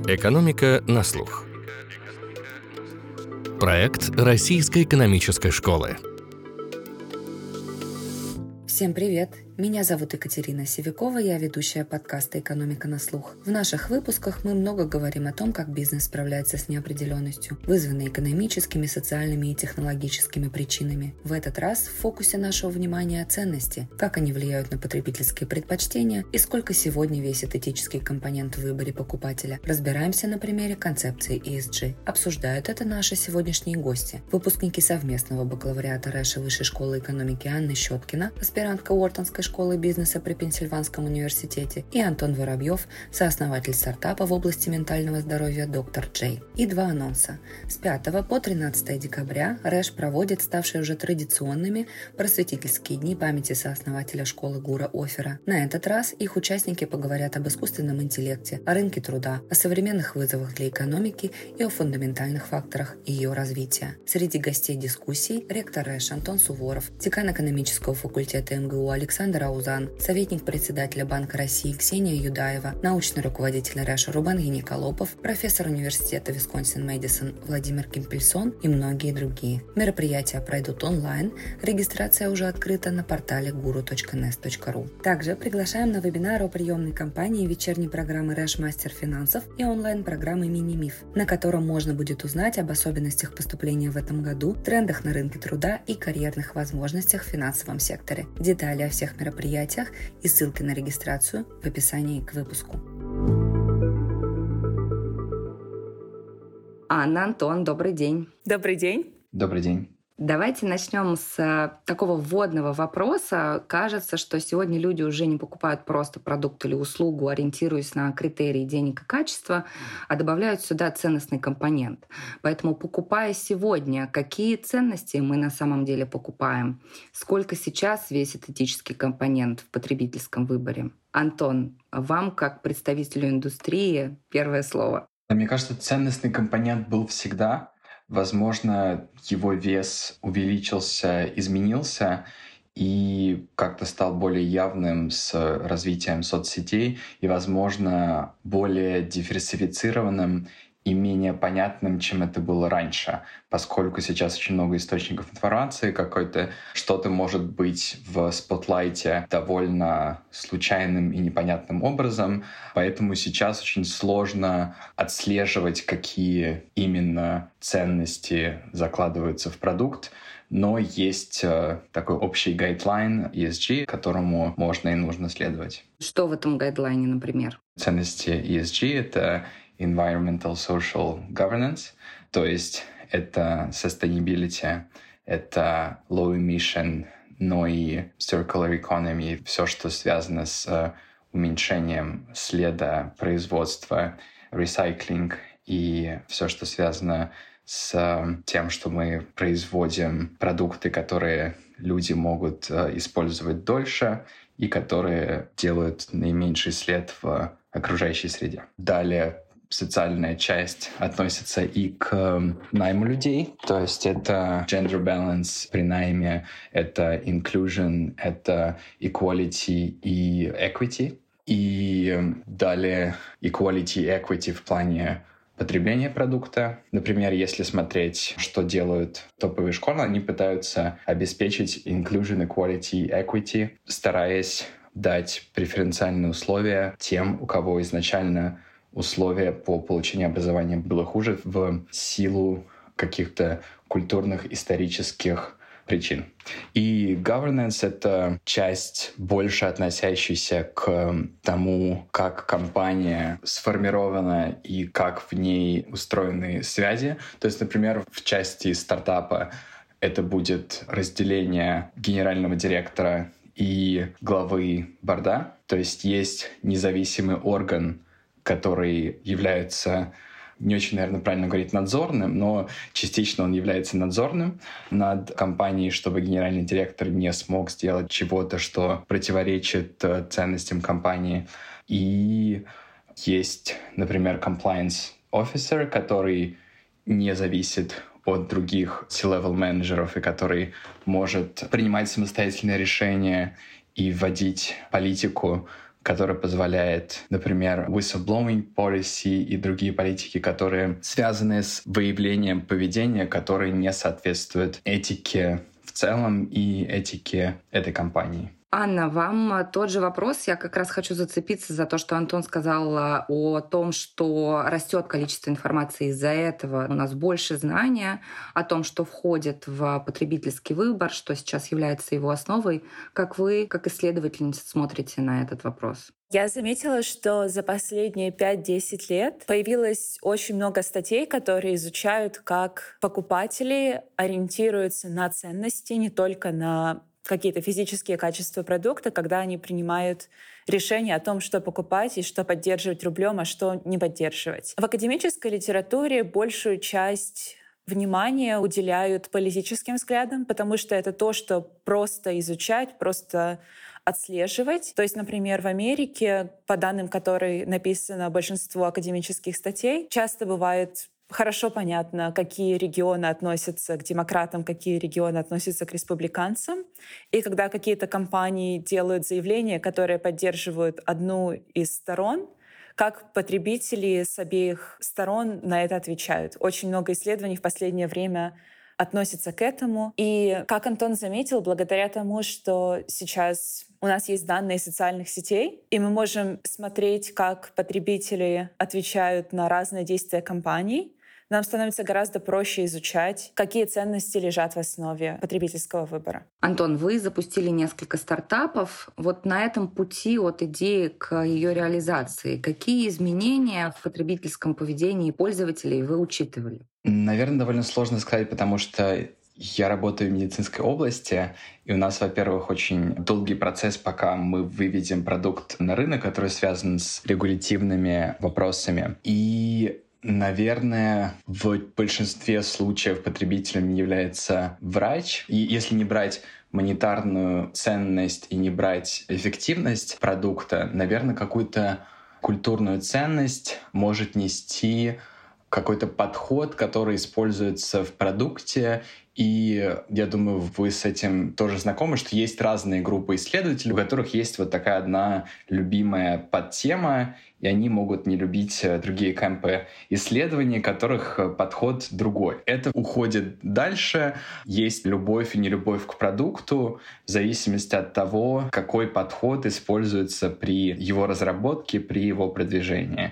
Экономика на слух. Проект Российской экономической школы. Всем привет! Меня зовут Екатерина Севякова, я ведущая подкаста «Экономика на слух». В наших выпусках мы много говорим о том, как бизнес справляется с неопределенностью, вызванной экономическими, социальными и технологическими причинами. В этот раз в фокусе нашего внимания ценности, как они влияют на потребительские предпочтения и сколько сегодня весит этический компонент в выборе покупателя. Разбираемся на примере концепции ESG. Обсуждают это наши сегодняшние гости. Выпускники совместного бакалавриата РЭШ и Высшей школы экономики Анна Щеткина, аспирантка Уортонской школы бизнеса при Пенсильванском университете, и Антон Воробьев, сооснователь стартапа в области ментального здоровья «Доктор Джей». И два анонса. С 5 по 13 декабря РЭШ проводит ставшие уже традиционными просветительские дни памяти сооснователя школы Гура Оффера. На этот раз их участники поговорят об искусственном интеллекте, о рынке труда, о современных вызовах для экономики и о фундаментальных факторах ее развития. Среди гостей дискуссий ректор РЭШ Антон Суворов, декан экономического факультета МГУ Александр Аузан, советник председателя Банка России Ксения Юдаева, научный руководитель РЭШ Рубен Ениколопов, профессор университета Висконсин-Мэдисон Владимир Кимпельсон и многие другие. Мероприятия пройдут онлайн, регистрация уже открыта на портале guru.nest.ru. Также приглашаем на вебинар о приемной кампании вечерней программы РЭШ Мастер финансов и онлайн-программы Мини-Миф, на котором можно будет узнать об особенностях поступления в этом году, трендах на рынке труда и карьерных возможностях в финансовом секторе. Детали о всех мероприятиях и ссылки на регистрацию в описании к выпуску. Анна, Антон, добрый день. Добрый день. Добрый день. Давайте начнем с такого вводного вопроса. Кажется, что сегодня люди уже не покупают просто продукт или услугу, ориентируясь на критерии денег и качества, а добавляют сюда ценностный компонент. Поэтому, покупая сегодня, какие ценности мы на самом деле покупаем? Сколько сейчас весит этический компонент в потребительском выборе? Антон, вам, как представителю индустрии, первое слово. Мне кажется, ценностный компонент был всегда. Возможно, его вес увеличился, изменился и как-то стал более явным с развитием соцсетей и, возможно, более диверсифицированным и менее понятным, чем это было раньше, поскольку сейчас очень много источников информации, какой-то что-то может быть в спотлайте довольно случайным и непонятным образом, поэтому сейчас очень сложно отслеживать, какие именно ценности закладываются в продукт, но есть такой общий гайдлайн ESG, которому можно и нужно следовать. Что в этом гайдлайне, например? Ценности ESG — это Environmental Social Governance, то есть это sustainability, это low emission, но и circular economy, все, что связано с уменьшением следа производства, recycling и все, что связано с тем, что мы производим продукты, которые люди могут использовать дольше и которые делают наименьший след в окружающей среде. Далее социальная часть относится и к найму людей, то есть это gender balance при найме, это inclusion, это equality и equity. И далее equality и equity в плане потребления продукта. Например, если смотреть, что делают топовые школы, они пытаются обеспечить inclusion, equality и equity, стараясь дать преференциальные условия тем, у кого изначально условия по получению образования было хуже в силу каких-то культурных, исторических причин. И governance — это часть, больше относящаяся к тому, как компания сформирована и как в ней устроены связи. То есть, например, в части стартапа это будет разделение генерального директора и главы борда. То есть есть независимый орган, который является, не очень, наверное, правильно говорить, надзорным, но частично он является надзорным над компанией, чтобы генеральный директор не смог сделать чего-то, что противоречит ценностям компании. И есть, например, compliance officer, который не зависит от других C-level менеджеров и который может принимать самостоятельные решения и вводить политику, который позволяет, например, whistleblowing policy и другие политики, которые связаны с выявлением поведения, которое не соответствует этике в целом и этике этой компании. Анна, вам тот же вопрос. Я как раз хочу зацепиться за то, что Антон сказал о том, что растет количество информации. Из-за этого у нас больше знания о том, что входит в потребительский выбор, что сейчас является его основой. Как вы, как исследовательница, смотрите на этот вопрос? Я заметила, что за последние 5-10 лет появилось очень много статей, которые изучают, как покупатели ориентируются на ценности, не только на какие-то физические качества продукта, когда они принимают решение о том, что покупать и что поддерживать рублем, а что не поддерживать. В академической литературе большую часть внимания уделяют политическим взглядам, потому что это то, что просто изучать, просто отслеживать. То есть, например, в Америке, по данным которой написано большинство академических статей, часто бывает хорошо понятно, какие регионы относятся к демократам, какие регионы относятся к республиканцам. И когда какие-то компании делают заявления, которые поддерживают одну из сторон, как потребители с обеих сторон на это отвечают. Очень много исследований в последнее время относятся к этому. И, как Антон заметил, благодаря тому, что сейчас у нас есть данные социальных сетей, и мы можем смотреть, как потребители отвечают на разные действия компаний, нам становится гораздо проще изучать, какие ценности лежат в основе потребительского выбора. Антон, вы запустили несколько стартапов. Вот на этом пути от идеи к ее реализации какие изменения в потребительском поведении пользователей вы учитывали? Наверное, довольно сложно сказать, потому что я работаю в медицинской области, и у нас, во-первых, очень долгий процесс, пока мы выведем продукт на рынок, который связан с регулятивными вопросами. И наверное, в большинстве случаев потребителем является врач. И если не брать монетарную ценность и не брать эффективность продукта, наверное, какую-то культурную ценность может нести какой-то подход, который используется в продукте. И я думаю, вы с этим тоже знакомы, что есть разные группы исследователей, у которых есть вот такая одна любимая подтема, и они могут не любить другие кемпы исследований, которых подход другой. Это уходит дальше. Есть любовь и нелюбовь к продукту в зависимости от того, какой подход используется при его разработке, при его продвижении.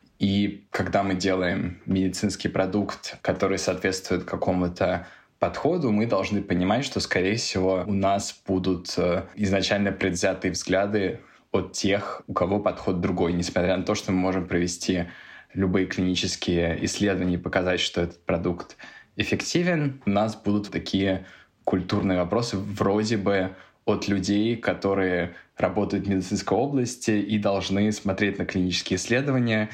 И когда мы делаем медицинский продукт, который соответствует какому-то подходу, мы должны понимать, что, скорее всего, у нас будут изначально предвзятые взгляды от тех, у кого подход другой. Несмотря на то, что мы можем провести любые клинические исследования и показать, что этот продукт эффективен, у нас будут такие культурные вопросы вроде бы от людей, которые работают в медицинской области и должны смотреть на клинические исследования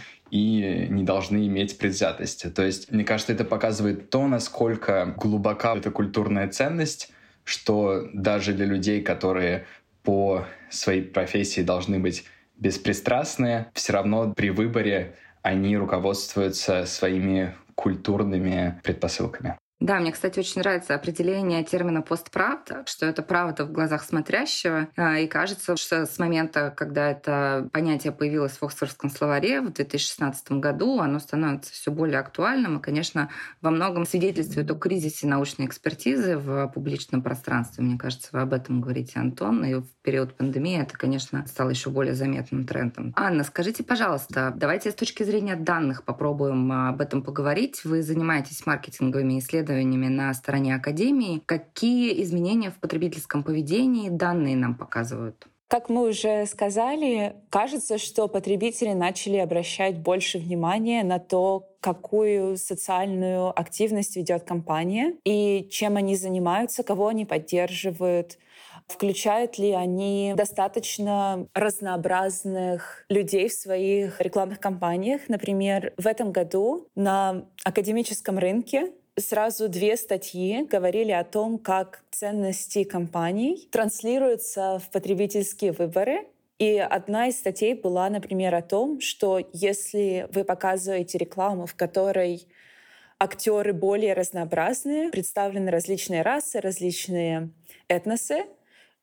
и не должны иметь предвзятости. То есть, мне кажется, это показывает то, насколько глубока эта культурная ценность, что даже для людей, которые по своей профессии должны быть беспристрастные, все равно при выборе они руководствуются своими культурными предпосылками. Да, мне, кстати, очень нравится определение термина «постправда», что это правда в глазах смотрящего. И кажется, что с момента, когда это понятие появилось в Оксфордском словаре в 2016 году, оно становится все более актуальным и, конечно, во многом свидетельствует о кризисе научной экспертизы в публичном пространстве. Мне кажется, вы об этом говорите, Антон. И в период пандемии это, конечно, стало еще более заметным трендом. Анна, скажите, пожалуйста, давайте с точки зрения данных попробуем об этом поговорить. Вы занимаетесь маркетинговыми исследованиями на стороне академии. Какие изменения в потребительском поведении данные нам показывают? Как мы уже сказали, кажется, что потребители начали обращать больше внимания на то, какую социальную активность ведет компания и чем они занимаются, кого они поддерживают, включают ли они достаточно разнообразных людей в своих рекламных кампаниях. Например, в этом году на академическом рынке сразу 2 статьи говорили о том, как ценности компаний транслируются в потребительские выборы. И одна из статей была, например, о том, что если вы показываете рекламу, в которой актеры более разнообразные, представлены различные расы, различные этносы,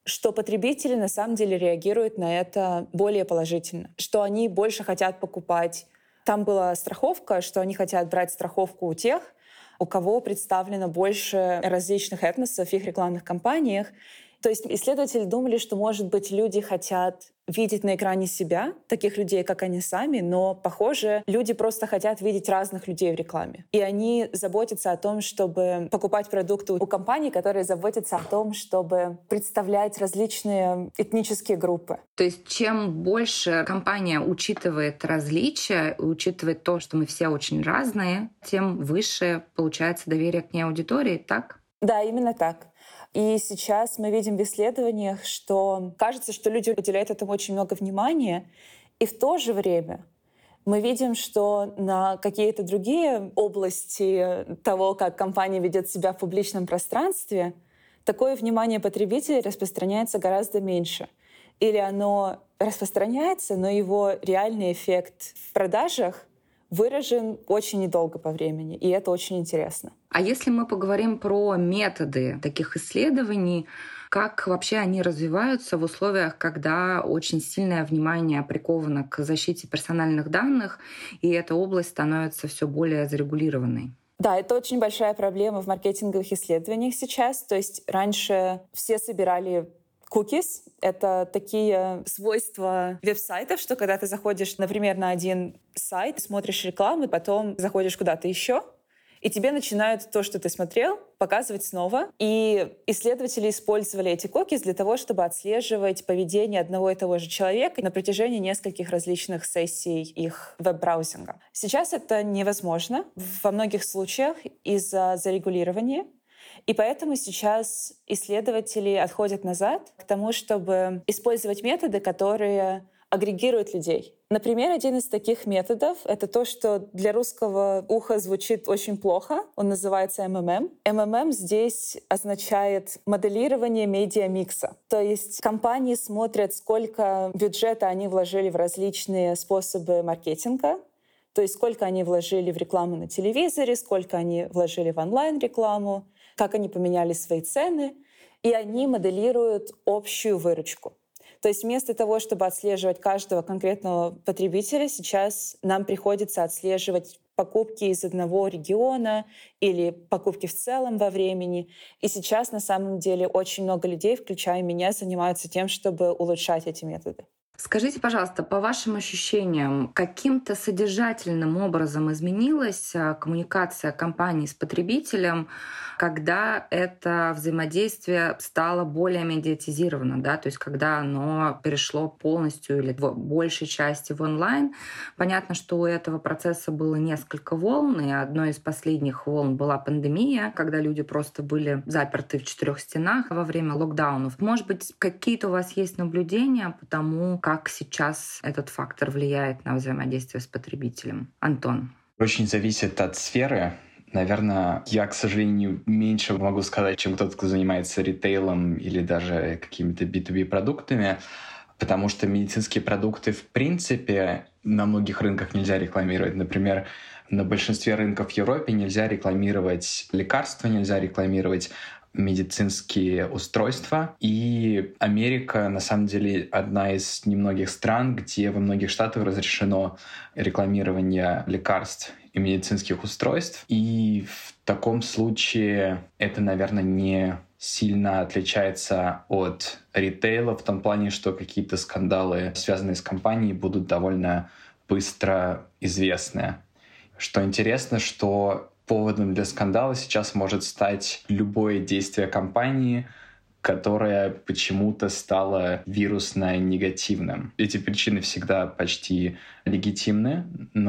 что потребители на самом деле реагируют на это более положительно, что они больше хотят покупать. Там была страховка, что они хотят брать страховку у тех, у кого представлено больше различных этносов в их рекламных кампаниях. То есть исследователи думали, что, может быть, люди хотят видеть на экране себя, таких людей, как они сами, но, похоже, люди просто хотят видеть разных людей в рекламе. И они заботятся о том, чтобы покупать продукты у компаний, которые заботятся о том, чтобы представлять различные этнические группы. То есть чем больше компания учитывает различия, учитывает то, что мы все очень разные, тем выше получается доверие к ней аудитории, так? Да, именно так. И сейчас мы видим в исследованиях, что кажется, что люди уделяют этому очень много внимания, и в то же время мы видим, что на какие-то другие области того, как компания ведет себя в публичном пространстве, такое внимание потребителей распространяется гораздо меньше. Или оно распространяется, но его реальный эффект в продажах выражен очень недолго по времени, и это очень интересно. А если мы поговорим про методы таких исследований, как вообще они развиваются в условиях, когда очень сильное внимание приковано к защите персональных данных, и эта область становится все более зарегулированной? Да, это очень большая проблема в маркетинговых исследованиях сейчас. То есть раньше все собирали cookies — это такие свойства веб-сайтов, что когда ты заходишь, например, на один сайт, смотришь рекламу, потом заходишь куда-то еще, и тебе начинают то, что ты смотрел, показывать снова. И исследователи использовали эти cookies для того, чтобы отслеживать поведение одного и того же человека на протяжении нескольких различных сессий их веб-браузинга. Сейчас это невозможно во многих случаях из-за зарегулирования. И поэтому сейчас исследователи отходят назад к тому, чтобы использовать методы, которые агрегируют людей. Например, один из таких методов — это то, что для русского уха звучит очень плохо. Он называется MMM. MMM здесь означает моделирование медиамикса. То есть компании смотрят, сколько бюджета они вложили в различные способы маркетинга, то есть сколько они вложили в рекламу на телевизоре, сколько они вложили в онлайн-рекламу, как они поменяли свои цены, и они моделируют общую выручку. То есть вместо того, чтобы отслеживать каждого конкретного потребителя, сейчас нам приходится отслеживать покупки из одного региона или покупки в целом во времени. И сейчас на самом деле очень много людей, включая меня, занимаются тем, чтобы улучшать эти методы. Скажите, пожалуйста, по вашим ощущениям, каким-то содержательным образом изменилась коммуникация компании с потребителем, когда это взаимодействие стало более медиатизировано, да? То есть когда оно перешло полностью или в большей части в онлайн? Понятно, что у этого процесса было несколько волн, и одной из последних волн была пандемия, когда люди просто были заперты в 4 стенах во время локдаунов. Может быть, какие-то у вас есть наблюдения по тому, как сейчас этот фактор влияет на взаимодействие с потребителем? Антон. Очень зависит от сферы. Наверное, я, к сожалению, меньше могу сказать, чем кто-то, кто занимается ритейлом или даже какими-то B2B продуктами, потому что медицинские продукты, в принципе, на многих рынках нельзя рекламировать. Например, на большинстве рынков в Европе нельзя рекламировать лекарства, нельзя рекламировать медицинские устройства. И Америка, на самом деле, одна из немногих стран, где во многих штатах разрешено рекламирование лекарств и медицинских устройств. И в таком случае это, наверное, не сильно отличается от ритейла в том плане, что какие-то скандалы, связанные с компанией, будут довольно быстро известны. Что интересно, что поводом для скандала сейчас может стать любое действие компании, которое почему-то стало вирусно негативным. Эти причины всегда почти легитимны,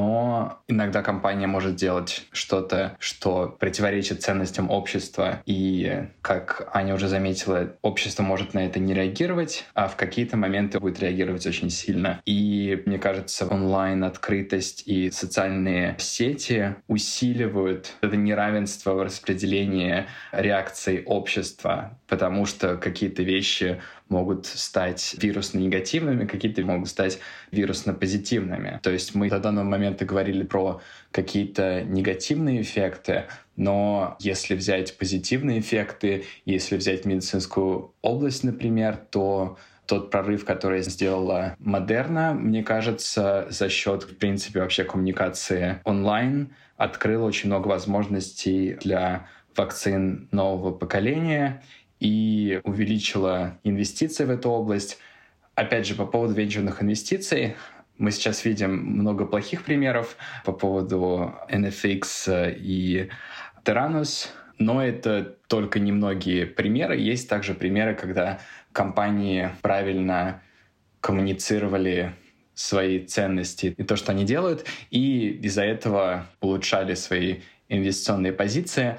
но иногда компания может делать что-то, что противоречит ценностям общества. И, как Аня уже заметила, общество может на это не реагировать, а в какие-то моменты будет реагировать очень сильно. И, мне кажется, онлайн-открытость и социальные сети усиливают это неравенство в распределении реакций общества, потому что что какие-то вещи могут стать вирусно-негативными, какие-то могут стать вирусно-позитивными. То есть мы до данного момента говорили про какие-то негативные эффекты, но если взять позитивные эффекты, если взять медицинскую область, например, то тот прорыв, который сделала Модерна, мне кажется, за счет, в принципе, вообще коммуникации онлайн, открыл очень много возможностей для вакцин нового поколения и увеличила инвестиции в эту область. Опять же, по поводу венчурных инвестиций, мы сейчас видим много плохих примеров по поводу NFX и Terranus, но это только немногие примеры. Есть также примеры, когда компании правильно коммуницировали свои ценности и то, что они делают, и из-за этого улучшали свои инвестиционные позиции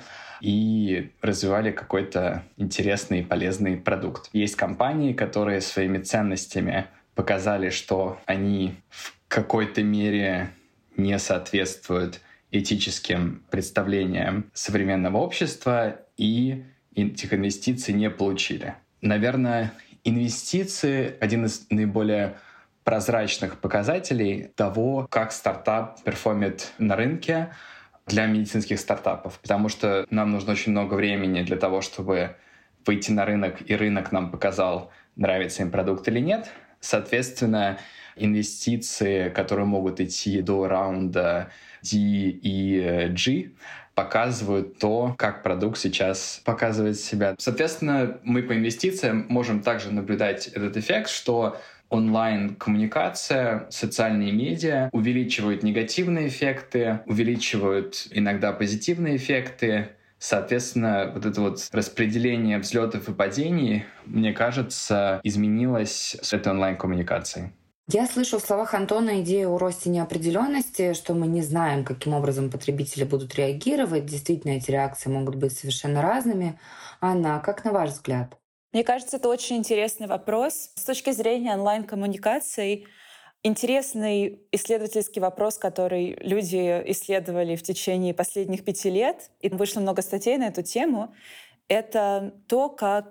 и развивали какой-то интересный и полезный продукт. Есть компании, которые своими ценностями показали, что они в какой-то мере не соответствуют этическим представлениям современного общества, и этих инвестиций не получили. Наверное, инвестиции — один из наиболее прозрачных показателей того, как стартап перформит на рынке для медицинских стартапов, потому что нам нужно очень много времени для того, чтобы выйти на рынок, и рынок нам показал, нравится им продукт или нет. Соответственно, инвестиции, которые могут идти до раунда D и G, показывают то, как продукт сейчас показывает себя. Соответственно, мы по инвестициям можем также наблюдать этот эффект, что онлайн-коммуникация, социальные медиа увеличивают негативные эффекты, увеличивают иногда позитивные эффекты. Соответственно, вот это вот распределение взлетов и падений, мне кажется, изменилось с этой онлайн-коммуникацией. Я слышу в словах Антона идею о росте неопределенности, что мы не знаем, каким образом потребители будут реагировать. Действительно, эти реакции могут быть совершенно разными. Анна, как на ваш взгляд? Мне кажется, это очень интересный вопрос. С точки зрения онлайн-коммуникаций, интересный исследовательский вопрос, который люди исследовали в течение последних 5 лет, и вышло много статей на эту тему, это то, как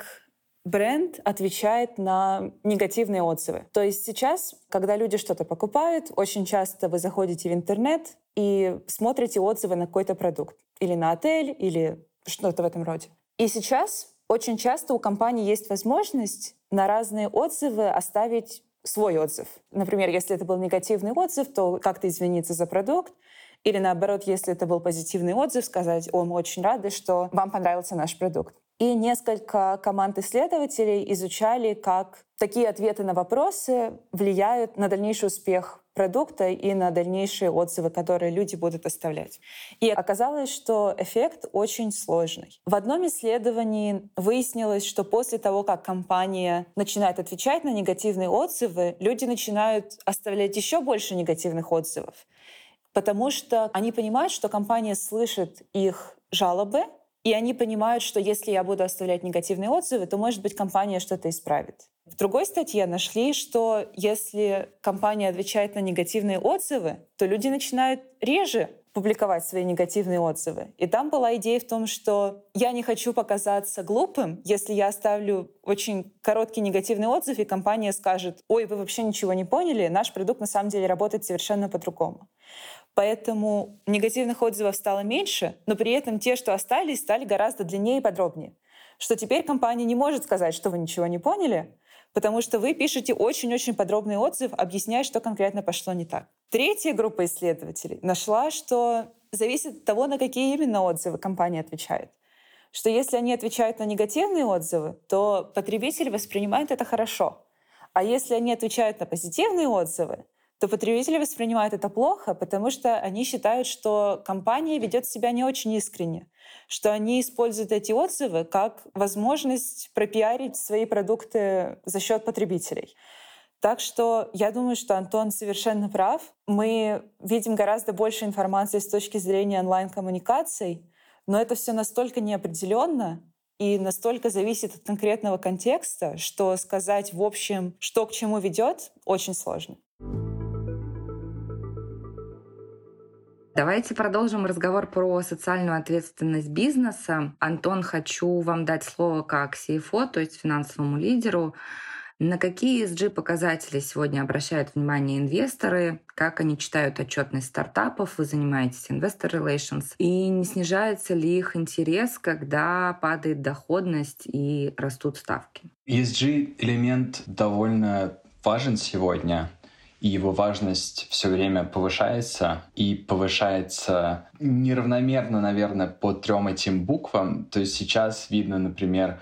бренд отвечает на негативные отзывы. То есть сейчас, когда люди что-то покупают, очень часто вы заходите в интернет и смотрите отзывы на какой-то продукт. Или на отель, или что-то в этом роде. И сейчас очень часто у компании есть возможность на разные отзывы оставить свой отзыв. Например, если это был негативный отзыв, то как-то извиниться за продукт. Или наоборот, если это был позитивный отзыв, сказать: «О, мы очень рады, что вам понравился наш продукт». И несколько команд исследователей изучали, как такие ответы на вопросы влияют на дальнейший успех продукта и на дальнейшие отзывы, которые люди будут оставлять. И оказалось, что эффект очень сложный. В одном исследовании выяснилось, что после того, как компания начинает отвечать на негативные отзывы, люди начинают оставлять еще больше негативных отзывов, потому что они понимают, что компания слышит их жалобы, и они понимают, что если я буду оставлять негативные отзывы, то, может быть, компания что-то исправит. В другой статье нашли, что если компания отвечает на негативные отзывы, то люди начинают реже публиковать свои негативные отзывы. И там была идея в том, что я не хочу показаться глупым, если я оставлю очень короткий негативный отзыв, и компания скажет: «Ой, вы вообще ничего не поняли, наш продукт на самом деле работает совершенно по-другому». Поэтому негативных отзывов стало меньше, но при этом те, что остались, стали гораздо длиннее и подробнее. Что теперь компания не может сказать, что вы ничего не поняли, потому что вы пишете очень-очень подробный отзыв, объясняя, что конкретно пошло не так. Третья группа исследователей нашла, что зависит от того, на какие именно отзывы компания отвечает. Что если они отвечают на негативные отзывы, то потребитель воспринимает это хорошо. А если они отвечают на позитивные отзывы, то потребители воспринимают это плохо, потому что они считают, что компания ведет себя не очень искренне, что они используют эти отзывы как возможность пропиарить свои продукты за счет потребителей. Так что я думаю, что Антон совершенно прав. Мы видим гораздо больше информации с точки зрения онлайн-коммуникаций, но это все настолько неопределенно и настолько зависит от конкретного контекста, что сказать в общем, что к чему ведет, очень сложно. Давайте продолжим разговор про социальную ответственность бизнеса. Антон, хочу вам дать слово как CFO, то есть финансовому лидеру. На какие ESG-показатели сегодня обращают внимание инвесторы? Как они читают отчетность стартапов? Вы занимаетесь investor relations. И не снижается ли их интерес, когда падает доходность и растут ставки? ESG-элемент довольно важен сегодня, и его важность все время повышается, и повышается неравномерно, наверное, по 3 этим буквам. То есть сейчас видно, например,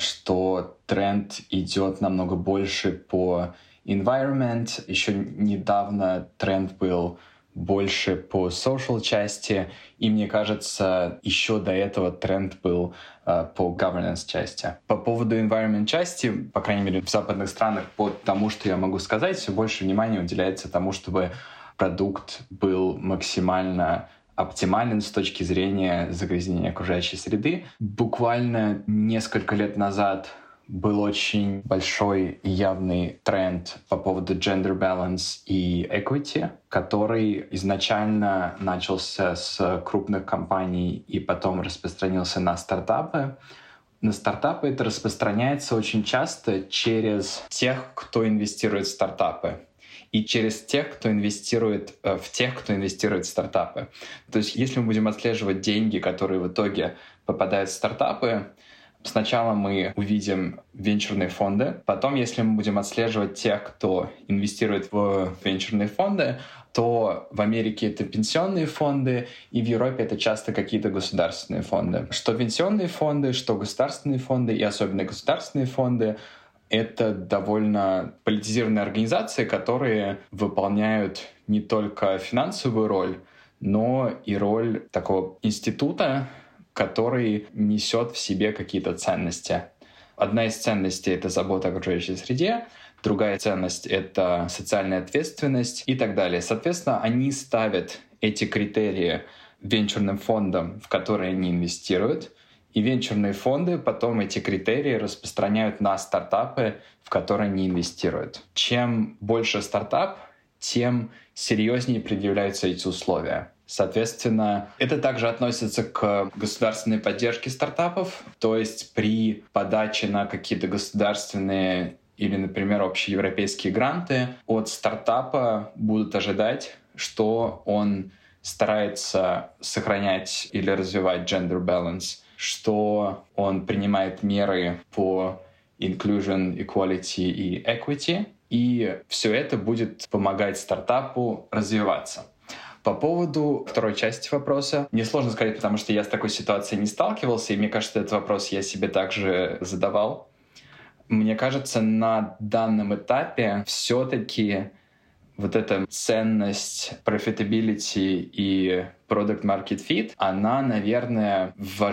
что тренд идет намного больше по environment. Еще недавно тренд был больше по social части, и мне кажется, еще до этого тренд был по governance части. По поводу environment части, по крайней мере в западных странах, по тому, что я могу сказать, все больше внимания уделяется тому, чтобы продукт был максимально оптимален с точки зрения загрязнения окружающей среды. Буквально несколько лет назад был очень большой и явный тренд по поводу gender balance и equity, который изначально начался с крупных компаний и потом распространился на стартапы. На стартапы это распространяется очень часто через тех, кто инвестирует в стартапы, и через тех, кто инвестирует в тех, кто инвестирует в стартапы. То есть если мы будем отслеживать деньги, которые в итоге попадают в стартапы, сначала мы увидим венчурные фонды, потом, если мы будем отслеживать тех, кто инвестирует в венчурные фонды, то в Америке это пенсионные фонды, и в Европе это часто какие-то государственные фонды. Что пенсионные фонды, что государственные фонды, и особенно государственные фонды, это довольно политизированные организации, которые выполняют не только финансовую роль, но и роль такого института, который несет в себе какие-то ценности. Одна из ценностей — это забота о окружающей среде, другая ценность — это социальная ответственность и так далее. Соответственно, они ставят эти критерии венчурным фондам, в которые они инвестируют, и венчурные фонды потом эти критерии распространяют на стартапы, в которые они инвестируют. Чем больше стартап, тем серьезнее предъявляются эти условия. Соответственно, это также относится к государственной поддержке стартапов, то есть при подаче на какие-то государственные или, например, общеевропейские гранты от стартапа будут ожидать, что он старается сохранять или развивать gender balance, что он принимает меры по inclusion, equality и equity, и все это будет помогать стартапу развиваться. По поводу второй части вопроса, мне сложно сказать, потому что я с такой ситуацией не сталкивался, и мне кажется, этот вопрос я себе также задавал. Мне кажется, на данном этапе все-таки вот эта ценность profitability и product market fit, она, наверное,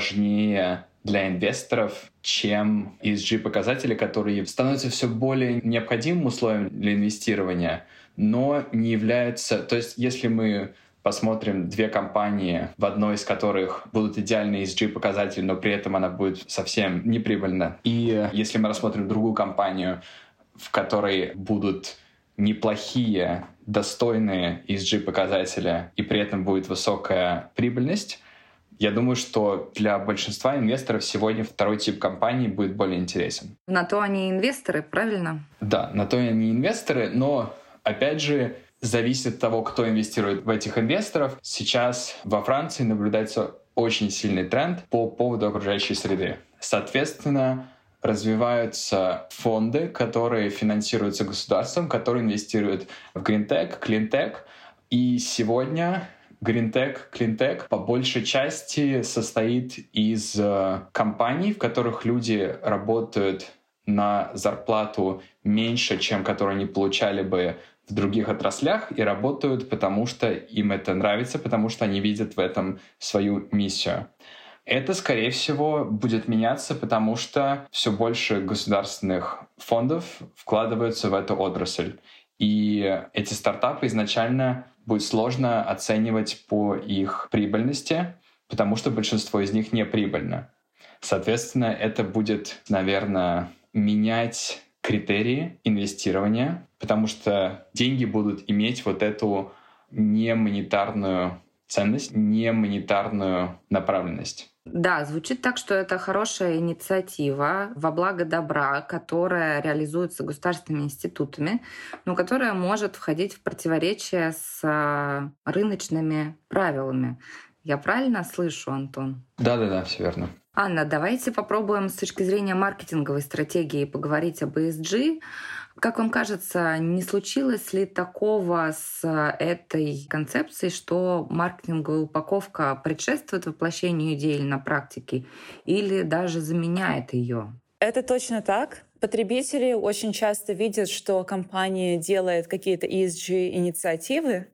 важнее для инвесторов, чем ESG-показатели, которые становятся все более необходимым условием для инвестирования, но не являются... То есть если мы посмотрим 2 компании, в одной из которых будут идеальные ESG-показатели, но при этом она будет совсем неприбыльна, и если мы рассмотрим другую компанию, в которой будут неплохие, достойные ESG-показатели, и при этом будет высокая прибыльность, я думаю, что для большинства инвесторов сегодня второй тип компаний будет более интересен. На то они инвесторы, правильно? Да, на то они инвесторы, но, опять же, зависит от того, кто инвестирует в этих инвесторов. Сейчас во Франции наблюдается очень сильный тренд по поводу окружающей среды. Соответственно, развиваются фонды, которые финансируются государством, которые инвестируют в green-tech, clean-tech. И сегодня green-tech, clean-tech по большей части состоит из компаний, в которых люди работают на зарплату меньше, чем которую они получали бы в других отраслях, и работают, потому что им это нравится, потому что они видят в этом свою миссию. Это, скорее всего, будет меняться, потому что все больше государственных фондов вкладываются в эту отрасль. И эти стартапы изначально будет сложно оценивать по их прибыльности, потому что большинство из них не прибыльно. Соответственно, это будет, наверное, менять критерии инвестирования, потому что деньги будут иметь вот эту немонетарную ценность, не монетарную направленность. Да, звучит так, что это хорошая инициатива во благо добра, которая реализуется государственными институтами, но которая может входить в противоречие с рыночными правилами. Я правильно слышу, Антон? Да, все верно. Анна, давайте попробуем с точки зрения маркетинговой стратегии поговорить об ESG. Как вам кажется, не случилось ли такого с этой концепцией, что маркетинговая упаковка предшествует воплощению идеи на практике или даже заменяет ее? Это точно так. Потребители очень часто видят, что компания делает какие-то ESG-инициативы,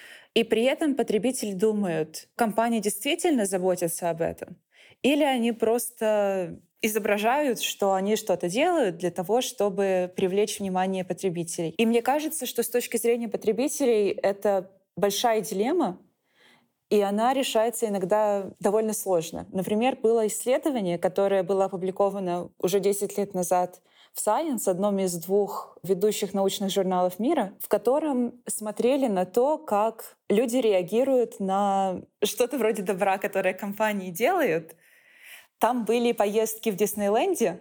и при этом потребители думают, компания действительно заботится об этом, или они просто изображают, что они что-то делают для того, чтобы привлечь внимание потребителей. И мне кажется, что с точки зрения потребителей это большая дилемма, и она решается иногда довольно сложно. Например, было исследование, которое было опубликовано уже 10 лет назад в Science, одном из 2 ведущих научных журналов мира, в котором смотрели на то, как люди реагируют на что-то вроде добра, которое компании делают. Там были поездки в Диснейленде,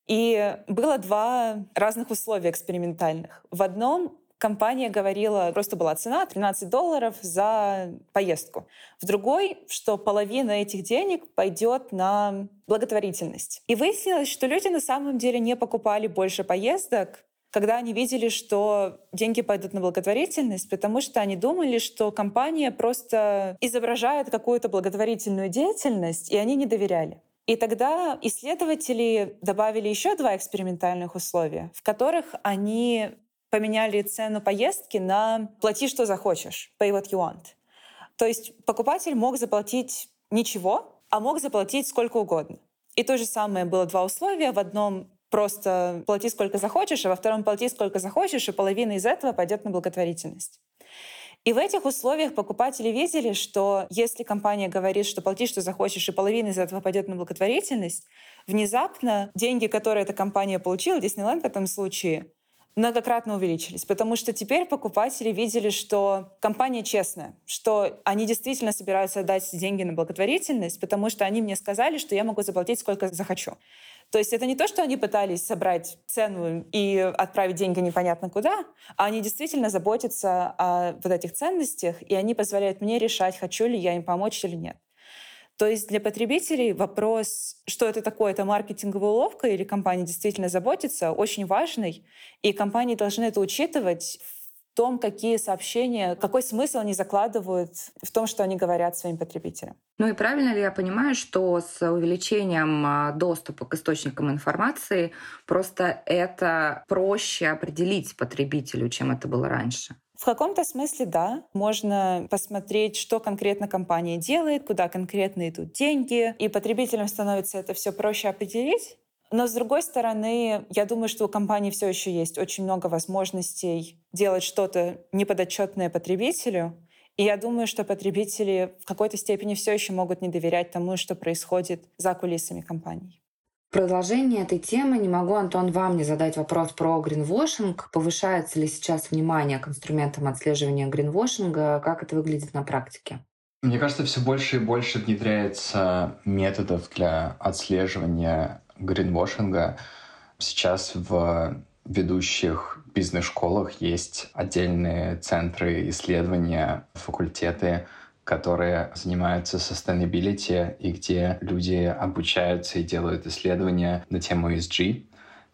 и было 2 разных условия экспериментальных. В одном компания говорила, просто была цена $13 за поездку. В другой, что половина этих денег пойдет на благотворительность. И выяснилось, что люди на самом деле не покупали больше поездок, когда они видели, что деньги пойдут на благотворительность, потому что они думали, что компания просто изображает какую-то благотворительную деятельность, и они не доверяли. И тогда исследователи добавили еще 2 экспериментальных условия, в которых они поменяли цену поездки на «плати, что захочешь», «pay what you want». То есть покупатель мог заплатить ничего, а мог заплатить сколько угодно. И то же самое было 2 условия. В одном просто «плати, сколько захочешь», а во втором «плати, сколько захочешь», и половина из этого пойдет на благотворительность. И в этих условиях покупатели видели, что если компания говорит, что плати, что захочешь, и половина из этого пойдет на благотворительность, внезапно деньги, которые эта компания получила, Диснейленд в этом случае, многократно увеличились, потому что теперь покупатели видели, что компания честная, что они действительно собираются отдать деньги на благотворительность, потому что они мне сказали, что я могу заплатить сколько захочу. То есть это не то, что они пытались собрать цену и отправить деньги непонятно куда, а они действительно заботятся о вот этих ценностях, и они позволяют мне решать, хочу ли я им помочь или нет. То есть для потребителей вопрос, что это такое, это маркетинговая уловка или компания действительно заботится, очень важный, и компании должны это учитывать в том, какие сообщения, какой смысл они закладывают в том, что они говорят своим потребителям. Ну и правильно ли я понимаю, что с увеличением доступа к источникам информации просто это проще определить потребителю, чем это было раньше? В каком-то смысле, да. Можно посмотреть, что конкретно компания делает, куда конкретно идут деньги, и потребителям становится это все проще определить. Но, с другой стороны, я думаю, что у компании все еще есть очень много возможностей делать что-то неподотчетное потребителю. И я думаю, что потребители в какой-то степени все еще могут не доверять тому, что происходит за кулисами компаний. В продолжение этой темы не могу, Антон, вам не задать вопрос про гринвошинг. Повышается ли сейчас внимание к инструментам отслеживания гринвошинга? Как это выглядит на практике? Мне кажется, все больше и больше внедряется методов для отслеживания гринвошинга. Сейчас в ведущих бизнес-школах есть отдельные центры исследования, факультеты, которые занимаются sustainability и где люди обучаются и делают исследования на тему ESG.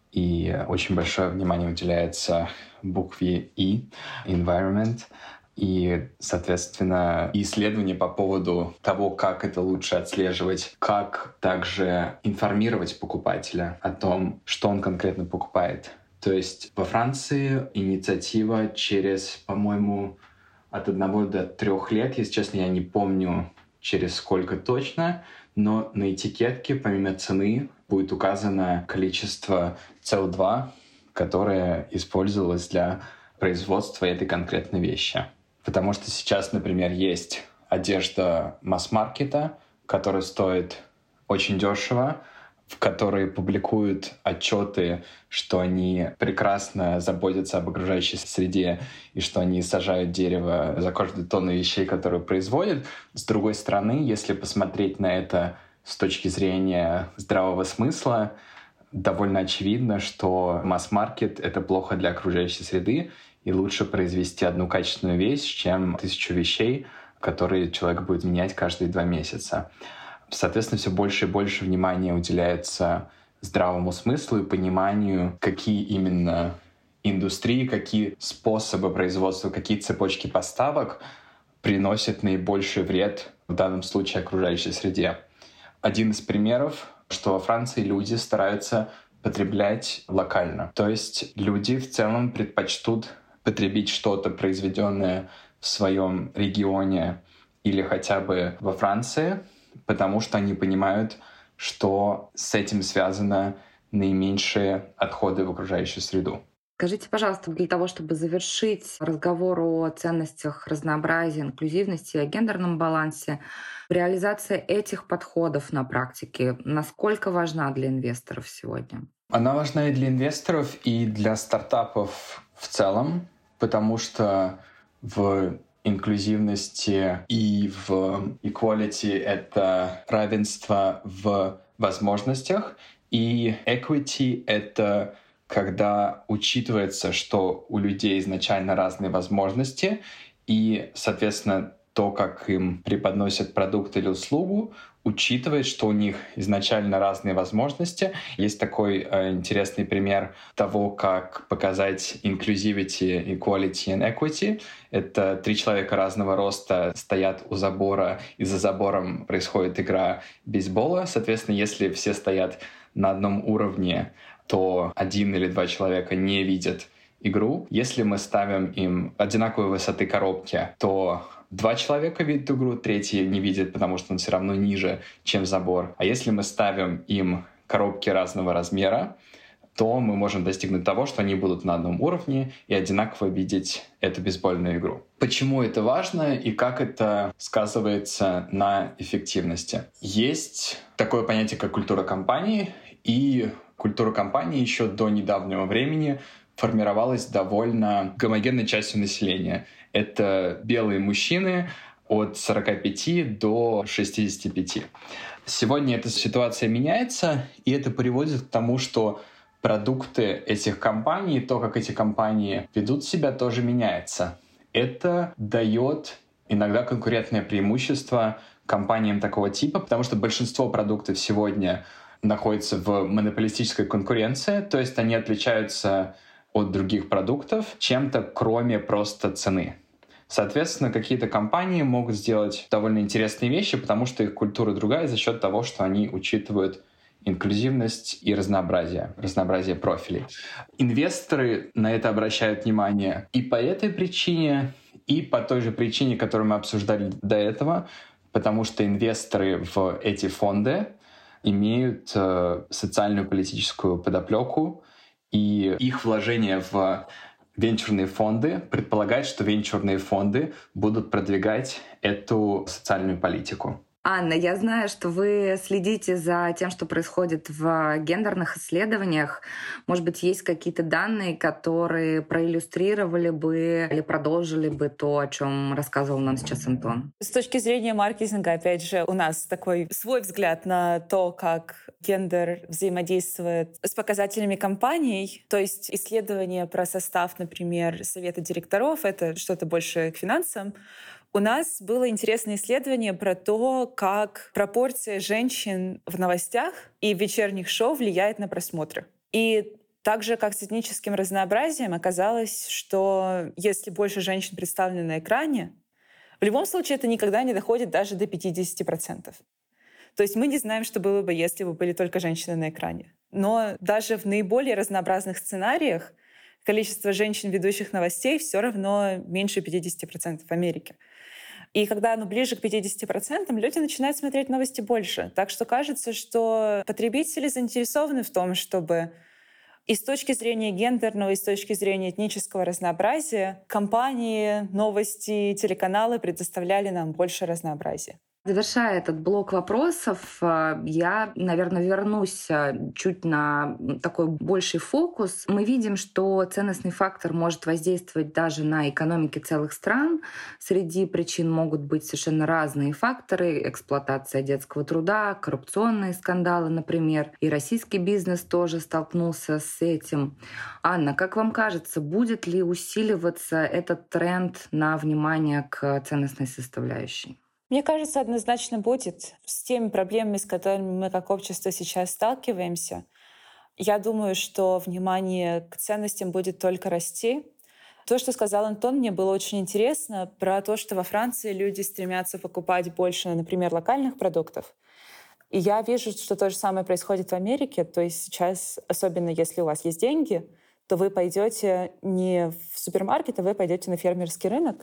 И очень большое внимание уделяется букве E, environment. И, соответственно, исследования по поводу того, как это лучше отслеживать, как также информировать покупателя о том, что он конкретно покупает. То есть во Франции инициатива через, по-моему, от 1 до 3 лет, если честно, я не помню через сколько точно, но на этикетке помимо цены будет указано количество CO2, которое использовалось для производства этой конкретной вещи. Потому что сейчас, например, есть одежда масс-маркета, которая стоит очень дешево, в которые публикуют отчеты, что они прекрасно заботятся об окружающей среде и что они сажают дерево за каждую тонну вещей, которые производят. С другой стороны, если посмотреть на это с точки зрения здравого смысла, довольно очевидно, что масс-маркет — это плохо для окружающей среды, и лучше произвести одну качественную вещь, чем 1000 вещей, которые человек будет менять каждые 2 месяца. Соответственно, все больше и больше внимания уделяется здравому смыслу и пониманию, какие именно индустрии, какие способы производства, какие цепочки поставок приносят наибольший вред в данном случае окружающей среде. Один из примеров, что во Франции люди стараются потреблять локально. То есть люди в целом предпочтут потребить что-то, произведенное в своем регионе или хотя бы во Франции, потому что они понимают, что с этим связано наименьшие отходы в окружающую среду. Скажите, пожалуйста, для того, чтобы завершить разговор о ценностях разнообразия, инклюзивности, о гендерном балансе, реализация этих подходов на практике насколько важна для инвесторов сегодня? Она важна и для инвесторов, и для стартапов в целом, потому что в инклюзивности и в equality — это равенство в возможностях, и equity — это когда учитывается, что у людей изначально разные возможности, и, соответственно, то, как им преподносят продукт или услугу, учитывает, что у них изначально разные возможности. Есть такой интересный пример того, как показать inclusivity, equality and equity. Это 3 человека разного роста стоят у забора, и за забором происходит игра бейсбола. Соответственно, если все стоят на одном уровне, то 1 или 2 человека не видят игру. Если мы ставим им одинаковой высоты коробки, то 2 человека видят игру, 3 не видит, потому что он все равно ниже, чем забор. А если мы ставим им коробки разного размера, то мы можем достигнуть того, что они будут на одном уровне и одинаково видеть эту бейсбольную игру. Почему это важно и как это сказывается на эффективности? Есть такое понятие, как культура компании, и культура компании еще до недавнего времени формировалась довольно гомогенной частью населения. Это белые мужчины от 45 до 65. Сегодня эта ситуация меняется, и это приводит к тому, что продукты этих компаний, то, как эти компании ведут себя, тоже меняется. Это дает иногда конкурентное преимущество компаниям такого типа, потому что большинство продуктов сегодня находятся в монополистической конкуренции, то есть они отличаются от других продуктов чем-то, кроме просто цены. Соответственно, какие-то компании могут сделать довольно интересные вещи, потому что их культура другая за счет того, что они учитывают инклюзивность и разнообразие профилей. Инвесторы на это обращают внимание и по этой причине, и по той же причине, которую мы обсуждали до этого, потому что инвесторы в эти фонды имеют социальную политическую подоплеку, и их вложение в венчурные фонды предполагает, что венчурные фонды будут продвигать эту социальную политику. Анна, я знаю, что вы следите за тем, что происходит в гендерных исследованиях. Может быть, есть какие-то данные, которые проиллюстрировали бы или продолжили бы то, о чем рассказывал нам сейчас Антон? С точки зрения маркетинга, опять же, у нас такой свой взгляд на то, как гендер взаимодействует с показателями компаний. То есть исследования про состав, например, совета директоров — это что-то больше к финансам. У нас было интересное исследование про то, как пропорция женщин в новостях и в вечерних шоу влияет на просмотры. И также, как с этническим разнообразием, оказалось, что если больше женщин представлены на экране, в любом случае это никогда не доходит даже до 50%. То есть мы не знаем, что было бы, если бы были только женщины на экране. Но даже в наиболее разнообразных сценариях количество женщин, ведущих новостей, все равно меньше 50% в Америке. И когда оно ближе к 50%, люди начинают смотреть новости больше. Так что кажется, что потребители заинтересованы в том, чтобы и с точки зрения гендерного, и с точки зрения этнического разнообразия компании, новости, телеканалы предоставляли нам больше разнообразия. Завершая этот блок вопросов, я, наверное, вернусь чуть на такой больший фокус. Мы видим, что ценностный фактор может воздействовать даже на экономики целых стран. Среди причин могут быть совершенно разные факторы. Эксплуатация детского труда, коррупционные скандалы, например. И российский бизнес тоже столкнулся с этим. Анна, как вам кажется, будет ли усиливаться этот тренд на внимание к ценностной составляющей? Мне кажется, однозначно будет. С теми проблемами, с которыми мы как общество сейчас сталкиваемся, я думаю, что внимание к ценностям будет только расти. То, что сказал Антон, мне было очень интересно про то, что во Франции люди стремятся покупать больше, например, локальных продуктов. И я вижу, что то же самое происходит в Америке. То есть сейчас, особенно если у вас есть деньги, то вы пойдете не в супермаркет, а вы пойдете на фермерский рынок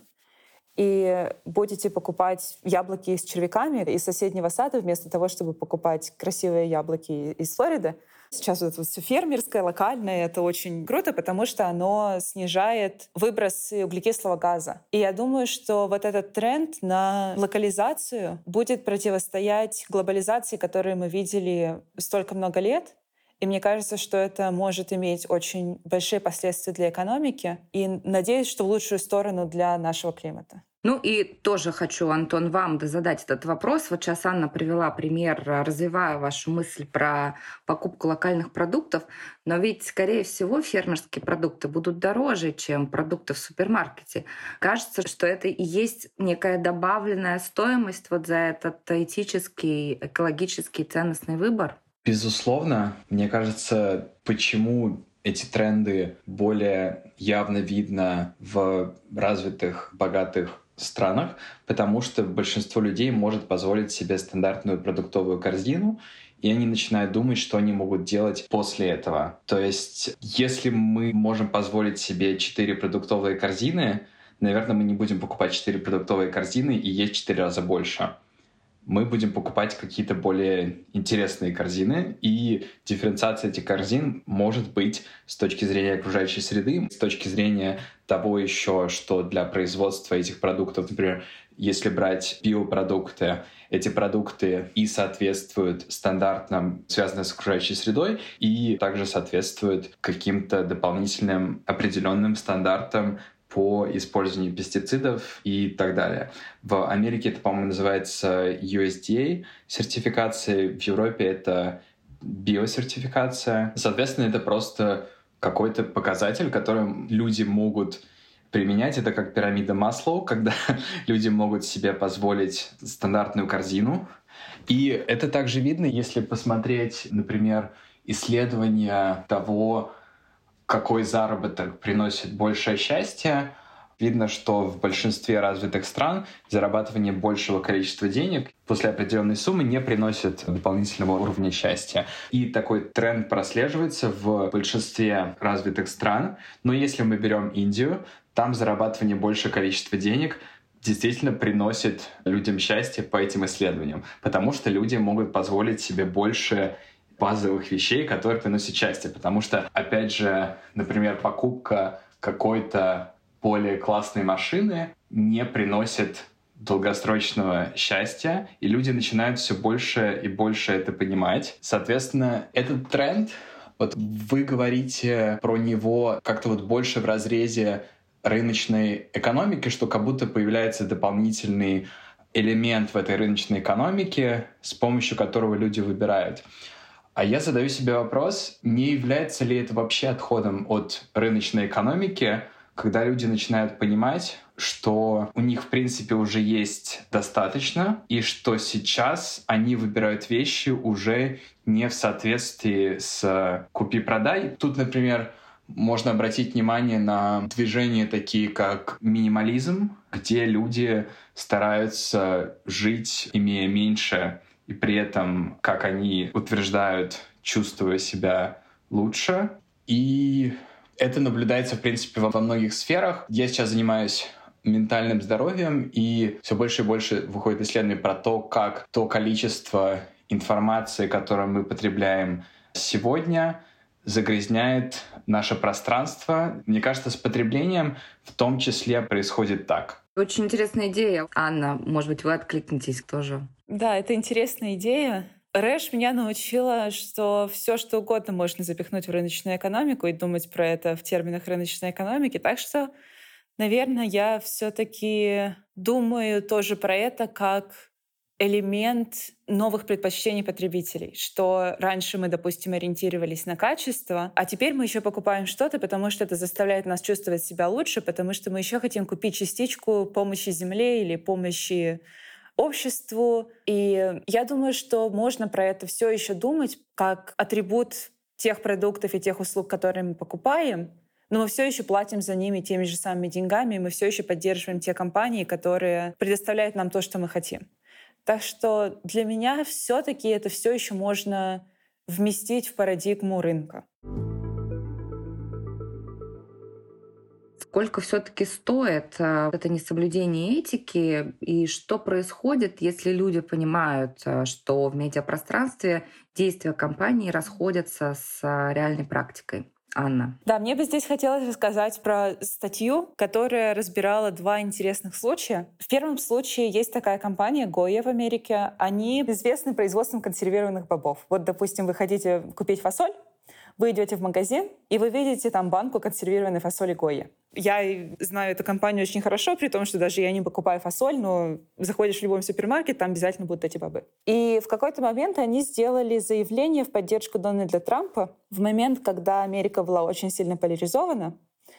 и будете покупать яблоки с червяками из соседнего сада вместо того, чтобы покупать красивые яблоки из Флориды. Сейчас вот это все фермерское, локальное, это очень круто, потому что оно снижает выбросы углекислого газа. И я думаю, что вот этот тренд на локализацию будет противостоять глобализации, которую мы видели столько много лет. И мне кажется, что это может иметь очень большие последствия для экономики. И надеюсь, что в лучшую сторону для нашего климата. Ну и тоже хочу, Антон, вам задать этот вопрос. Вот сейчас Анна привела пример, развивая вашу мысль про покупку локальных продуктов. Но ведь, скорее всего, фермерские продукты будут дороже, чем продукты в супермаркете. Кажется, что это и есть некая добавленная стоимость вот за этот этический, экологический ценностный выбор. Безусловно, мне кажется, почему эти тренды более явно видно в развитых, богатых странах, потому что большинство людей может позволить себе стандартную продуктовую корзину, и они начинают думать, что они могут делать после этого. То есть, если мы можем позволить себе 4 продуктовые корзины, наверное, мы не будем покупать 4 продуктовые корзины и есть 4 раза больше. Мы будем покупать какие-то более интересные корзины, и дифференциация этих корзин может быть с точки зрения окружающей среды, с точки зрения того еще, что для производства этих продуктов, например, если брать биопродукты, эти продукты и соответствуют стандартам, связанным с окружающей средой, и также соответствуют каким-то дополнительным определенным стандартам по использованию пестицидов и так далее. В Америке это, по-моему, называется USDA сертификация, в Европе это биосертификация. Соответственно, это просто какой-то показатель, который люди могут применять. Это как пирамида Маслоу, когда люди могут себе позволить стандартную корзину. И это также видно, если посмотреть, например, исследования того, какой заработок приносит большее счастье. Видно, что в большинстве развитых стран зарабатывание большего количества денег после определенной суммы не приносит дополнительного уровня счастья. И такой тренд прослеживается в большинстве развитых стран. Но если мы берем Индию, там зарабатывание большего количества денег действительно приносит людям счастье по этим исследованиям, потому что люди могут позволить себе больше базовых вещей, которые приносят счастье. Потому что, опять же, например, покупка какой-то более классной машины не приносит долгосрочного счастья, и люди начинают все больше и больше это понимать. Соответственно, этот тренд, вот вы говорите про него как-то вот больше в разрезе рыночной экономики, что как будто появляется дополнительный элемент в этой рыночной экономике, с помощью которого люди выбирают. А я задаю себе вопрос, не является ли это вообще отходом от рыночной экономики, когда люди начинают понимать, что у них, в принципе, уже есть достаточно, и что сейчас они выбирают вещи уже не в соответствии с купи-продай. Тут, например, можно обратить внимание на движения такие, как минимализм, где люди стараются жить, имея меньше, и при этом, как они утверждают, чувствуя себя лучше. И это наблюдается, в принципе, во многих сферах. Я сейчас занимаюсь ментальным здоровьем, и все больше и больше выходит исследований про то, как то количество информации, которое мы потребляем сегодня, загрязняет наше пространство. Мне кажется, с потреблением в том числе происходит так. Очень интересная идея. Анна, может быть, вы откликнетесь тоже? Да, это интересная идея. Рэш меня научила, что все, что угодно можно запихнуть в рыночную экономику и думать про это в терминах рыночной экономики. Так что, наверное, я все-таки думаю тоже про это как элемент новых предпочтений потребителей, что раньше мы, допустим, ориентировались на качество, а теперь мы еще покупаем что-то, потому что это заставляет нас чувствовать себя лучше, потому что мы еще хотим купить частичку помощи Земле или помощи обществу. И я думаю, что можно про это все еще думать как атрибут тех продуктов и тех услуг, которые мы покупаем, но мы все еще платим за ними теми же самыми деньгами, и мы все еще поддерживаем те компании, которые предоставляют нам то, что мы хотим. Так что для меня все-таки это все еще можно вместить в парадигму рынка. Сколько все-таки стоит это несоблюдение этики, и что происходит, если люди понимают, что в медиапространстве действия компании расходятся с реальной практикой? Анна. Да, мне бы здесь хотелось рассказать про статью, которая разбирала два интересных случая. В первом случае есть такая компания Goya в Америке. Они известны производством консервированных бобов. Вот, допустим, вы хотите купить фасоль, вы идете в магазин, и вы видите там банку консервированной фасоли Goya. Я знаю эту компанию очень хорошо, при том, что даже я не покупаю фасоль, но заходишь в любой супермаркет, там обязательно будут эти бобы. И в какой-то момент они сделали заявление в поддержку Дональда Трампа в момент, когда Америка была очень сильно поляризована.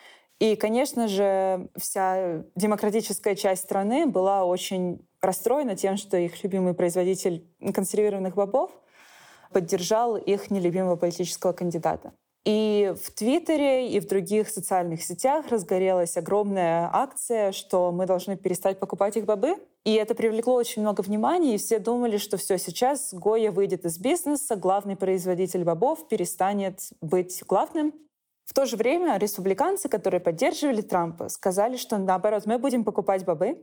И, конечно же, вся демократическая часть страны была очень расстроена тем, что их любимый производитель консервированных бобов поддержал их нелюбимого политического кандидата. И в Твиттере, и в других социальных сетях разгорелась огромная акция, что мы должны перестать покупать их бобы. И это привлекло очень много внимания, и все думали, что все, сейчас Goya выйдет из бизнеса, главный производитель бобов перестанет быть главным. В то же время республиканцы, которые поддерживали Трампа, сказали, что наоборот, мы будем покупать бобы,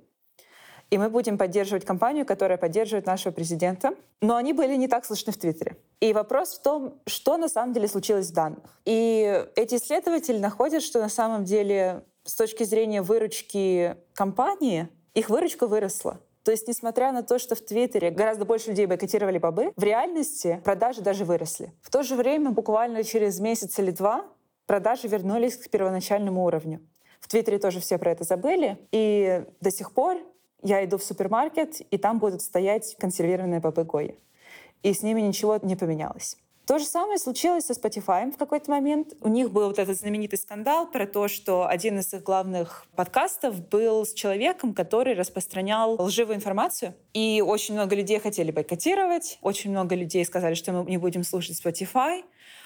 и мы будем поддерживать компанию, которая поддерживает нашего президента. Но они были не так слышны в Твиттере. И вопрос в том, что на самом деле случилось в данных. И эти исследователи находят, что на самом деле с точки зрения выручки компании, их выручка выросла. То есть, несмотря на то, что в Твиттере гораздо больше людей бойкотировали бобы, в реальности продажи даже выросли. В то же время, буквально через месяц или два, продажи вернулись к первоначальному уровню. В Твиттере тоже все про это забыли. И до сих пор я иду в супермаркет, и там будут стоять консервированные бобы Goya. И с ними ничего не поменялось. То же самое случилось со Spotify в какой-то момент. У них был вот этот знаменитый скандал про то, что один из их главных подкастов был с человеком, который распространял лживую информацию. И очень много людей хотели бойкотировать. Очень много людей сказали, что мы не будем слушать Spotify.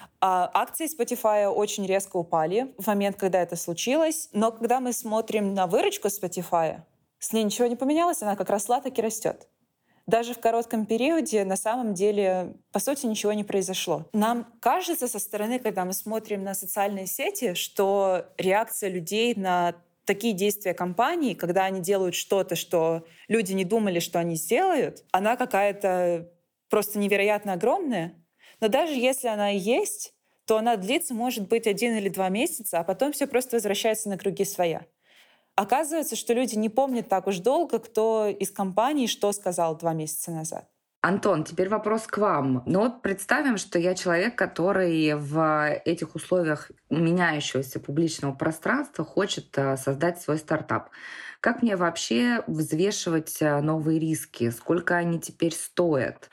А акции Spotify очень резко упали в момент, когда это случилось. Но когда мы смотрим на выручку Spotify, с ней ничего не поменялось, она как росла, так и растет. Даже в коротком периоде на самом деле, по сути, ничего не произошло. Нам кажется со стороны, когда мы смотрим на социальные сети, что реакция людей на такие действия компаний, когда они делают что-то, что люди не думали, что они сделают, она какая-то просто невероятно огромная. Но даже если она и есть, то она длится, может быть, 1 или 2 месяца, а потом все просто возвращается на круги своя. Оказывается, что люди не помнят так уж долго, кто из компании что сказал 2 месяца назад. Антон, теперь вопрос к вам. Ну вот представим, что я человек, который в этих условиях меняющегося публичного пространства хочет создать свой стартап. Как мне вообще взвешивать новые риски? Сколько они теперь стоят?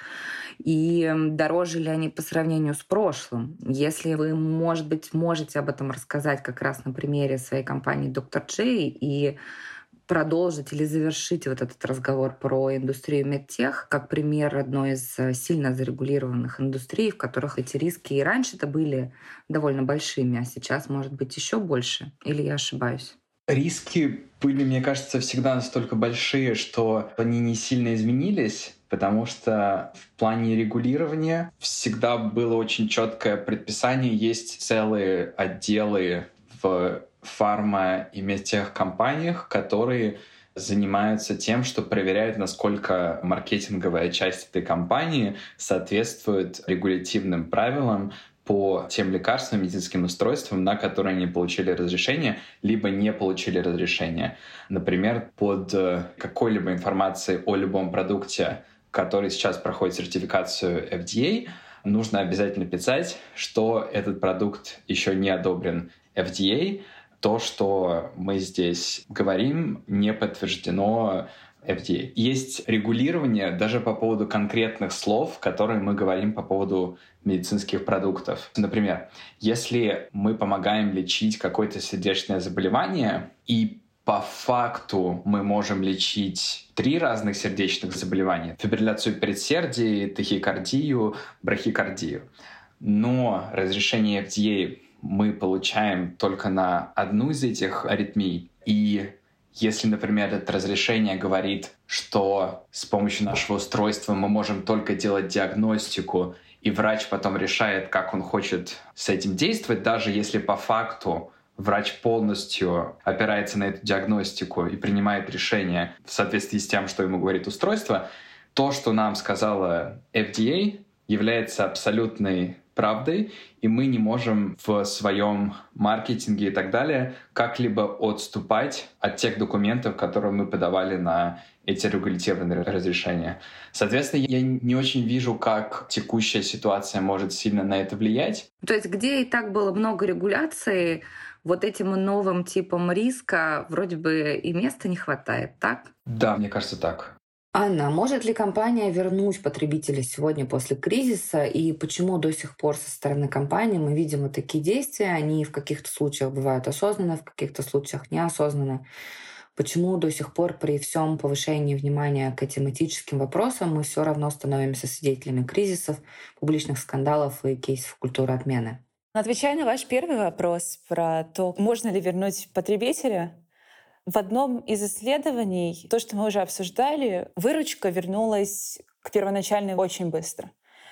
И дороже ли они по сравнению с прошлым? Если вы, может быть, можете об этом рассказать как раз на примере своей компании Dr. J и продолжить или завершить вот этот разговор про индустрию медтех как пример одной из сильно зарегулированных индустрий, в которых эти риски и раньше-то были довольно большими, а сейчас, может быть, еще больше? Или я ошибаюсь? Риски были, мне кажется, всегда настолько большие, что они не сильно изменились, потому что в плане регулирования всегда было очень четкое предписание. Есть целые отделы в фарма- и медтехкомпаниях, которые занимаются тем, что проверяют, насколько маркетинговая часть этой компании соответствует регулятивным правилам по тем лекарствам, медицинским устройствам, на которые они получили разрешение, либо не получили разрешение. Например, под какой-либо информацией о любом продукте, который сейчас проходит сертификацию FDA, нужно обязательно писать, что этот продукт еще не одобрен FDA. То, что мы здесь говорим, не подтверждено FDA. Есть регулирование даже по поводу конкретных слов, которые мы говорим по поводу медицинских продуктов. Например, если мы помогаем лечить какое-то сердечное заболевание, и по факту мы можем лечить 3 разных сердечных заболевания: фибрилляцию предсердий, тахикардию, брахикардию. Но разрешение FDA мы получаем только на одну из этих аритмий. И если, например, это разрешение говорит, что с помощью нашего устройства мы можем только делать диагностику, и врач потом решает, как он хочет с этим действовать, даже если по факту врач полностью опирается на эту диагностику и принимает решение в соответствии с тем, что ему говорит устройство, то, что нам сказала FDA, является абсолютной правдой, и мы не можем в своем маркетинге и так далее как-либо отступать от тех документов, которые мы подавали на эти регуляторные разрешения. Соответственно, я не очень вижу, как текущая ситуация может сильно на это влиять. То есть где и так было много регуляций, вот этим новым типом риска вроде бы и места не хватает, так? Да, мне кажется, так. Анна, может ли компания вернуть потребителей сегодня после кризиса, и почему до сих пор со стороны компании мы видим вот такие действия? Они в каких-то случаях бывают осознанно, в каких-то случаях неосознанно. Почему до сих пор при всем повышении внимания к этим этическим вопросам мы все равно становимся свидетелями кризисов, публичных скандалов и кейсов культуры отмены? Отвечая на ваш первый вопрос про то, можно ли вернуть потребителя, в одном из исследований, то, что мы уже обсуждали, выручка вернулась к первоначальной очень быстро.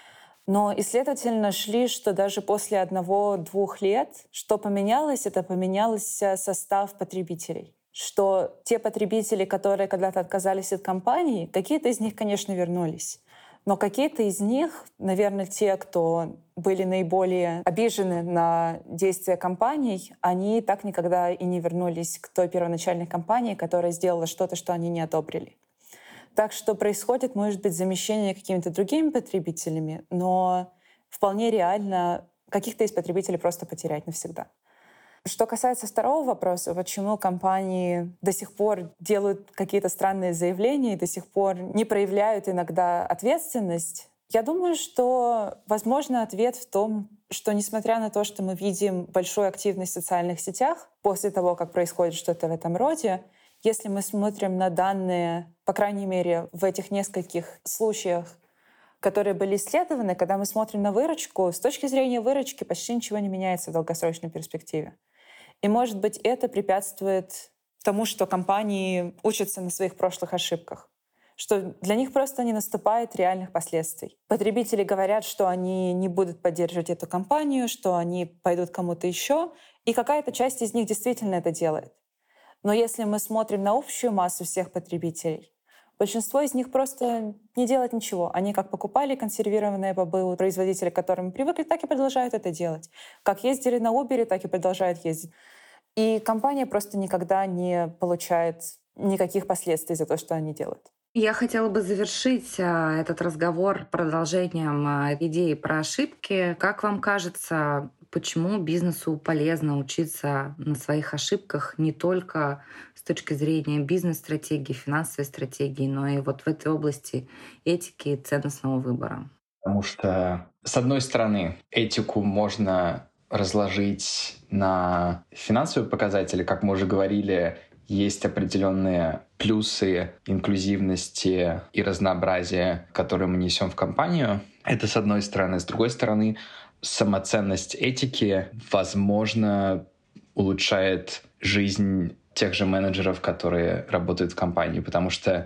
Но исследователи нашли, что даже после 1-2 лет, что поменялось, это поменялся состав потребителей. Что те потребители, которые когда-то отказались от компании, какие-то из них, конечно, вернулись. Но какие-то из них, наверное, те, кто были наиболее обижены на действия компаний, они так никогда и не вернулись к той первоначальной компании, которая сделала что-то, что они не одобрили. Так что происходит, может быть, замещение какими-то другими потребителями, но вполне реально каких-то из потребителей просто потерять навсегда. Что касается второго вопроса, почему компании до сих пор делают какие-то странные заявления и до сих пор не проявляют иногда ответственность, я думаю, что, возможно, ответ в том, что несмотря на то, что мы видим большую активность в социальных сетях после того, как происходит что-то в этом роде, если мы смотрим на данные, по крайней мере, в этих нескольких случаях, которые были исследованы, когда мы смотрим на выручку, с точки зрения выручки почти ничего не меняется в долгосрочной перспективе. И, может быть, это препятствует тому, что компании учатся на своих прошлых ошибках, что для них просто не наступает реальных последствий. Потребители говорят, что они не будут поддерживать эту компанию, что они пойдут кому-то еще, и какая-то часть из них действительно это делает. Но если мы смотрим на общую массу всех потребителей, большинство из них просто не делает ничего. Они как покупали консервированные бобы у производителя, к которым привыкли, так и продолжают это делать. Как ездили на Uber, так и продолжают ездить. И компания просто никогда не получает никаких последствий за то, что они делают. Я хотела бы завершить этот разговор продолжением идеи про ошибки. Как вам кажется, почему бизнесу полезно учиться на своих ошибках не только с точки зрения бизнес-стратегии, финансовой стратегии, но и вот в этой области этики и ценностного выбора? Потому что, с одной стороны, этику можно разложить на финансовые показатели, как мы уже говорили, есть определенные плюсы инклюзивности и разнообразия, которые мы несем в компанию. Это с одной стороны. С другой стороны, самоценность этики, возможно, улучшает жизнь тех же менеджеров, которые работают в компании, потому что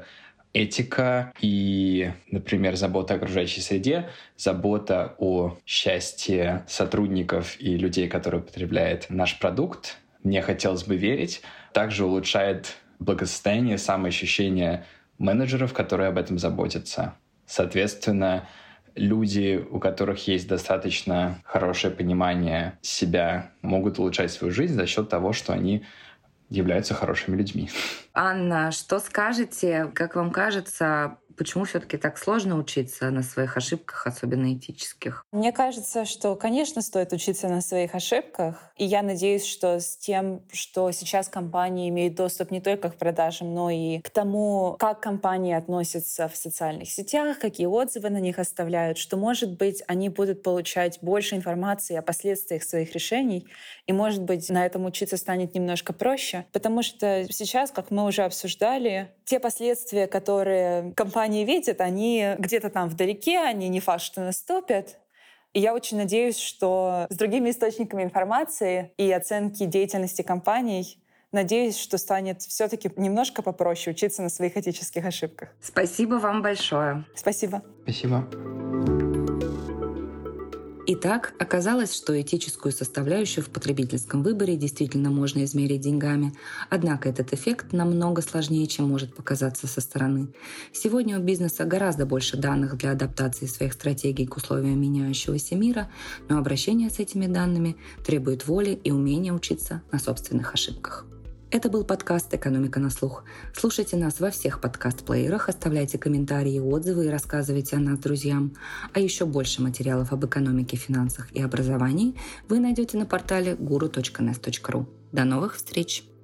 этика и, например, забота о окружающей среде, забота о счастье сотрудников и людей, которые потребляют наш продукт, мне хотелось бы верить, также улучшает благосостояние, самоощущение менеджеров, которые об этом заботятся. Соответственно, люди, у которых есть достаточно хорошее понимание себя, могут улучшать свою жизнь за счет того, что они являются хорошими людьми. Анна, что скажете, как вам кажется, почему все-таки так сложно учиться на своих ошибках, особенно этических? Мне кажется, что, конечно, стоит учиться на своих ошибках. И я надеюсь, что с тем, что сейчас компании имеют доступ не только к продажам, но и к тому, как компании относятся в социальных сетях, какие отзывы на них оставляют, что, может быть, они будут получать больше информации о последствиях своих решений. И, может быть, на этом учиться станет немножко проще. Потому что сейчас, как мы уже обсуждали, те последствия, которые компании видят, они где-то там вдалеке, они не факт, что наступят. И я очень надеюсь, что с другими источниками информации и оценки деятельности компаний, надеюсь, что станет все-таки немножко попроще учиться на своих этических ошибках. Спасибо вам большое. Спасибо. Спасибо. Итак, оказалось, что этическую составляющую в потребительском выборе действительно можно измерить деньгами, однако этот эффект намного сложнее, чем может показаться со стороны. Сегодня у бизнеса гораздо больше данных для адаптации своих стратегий к условиям меняющегося мира, но обращение с этими данными требует воли и умения учиться на собственных ошибках. Это был подкаст «Экономика на слух». Слушайте нас во всех подкаст-плеерах, оставляйте комментарии, отзывы и рассказывайте о нас друзьям. А еще больше материалов об экономике, финансах и образовании вы найдете на портале guru.nest.ru. До новых встреч!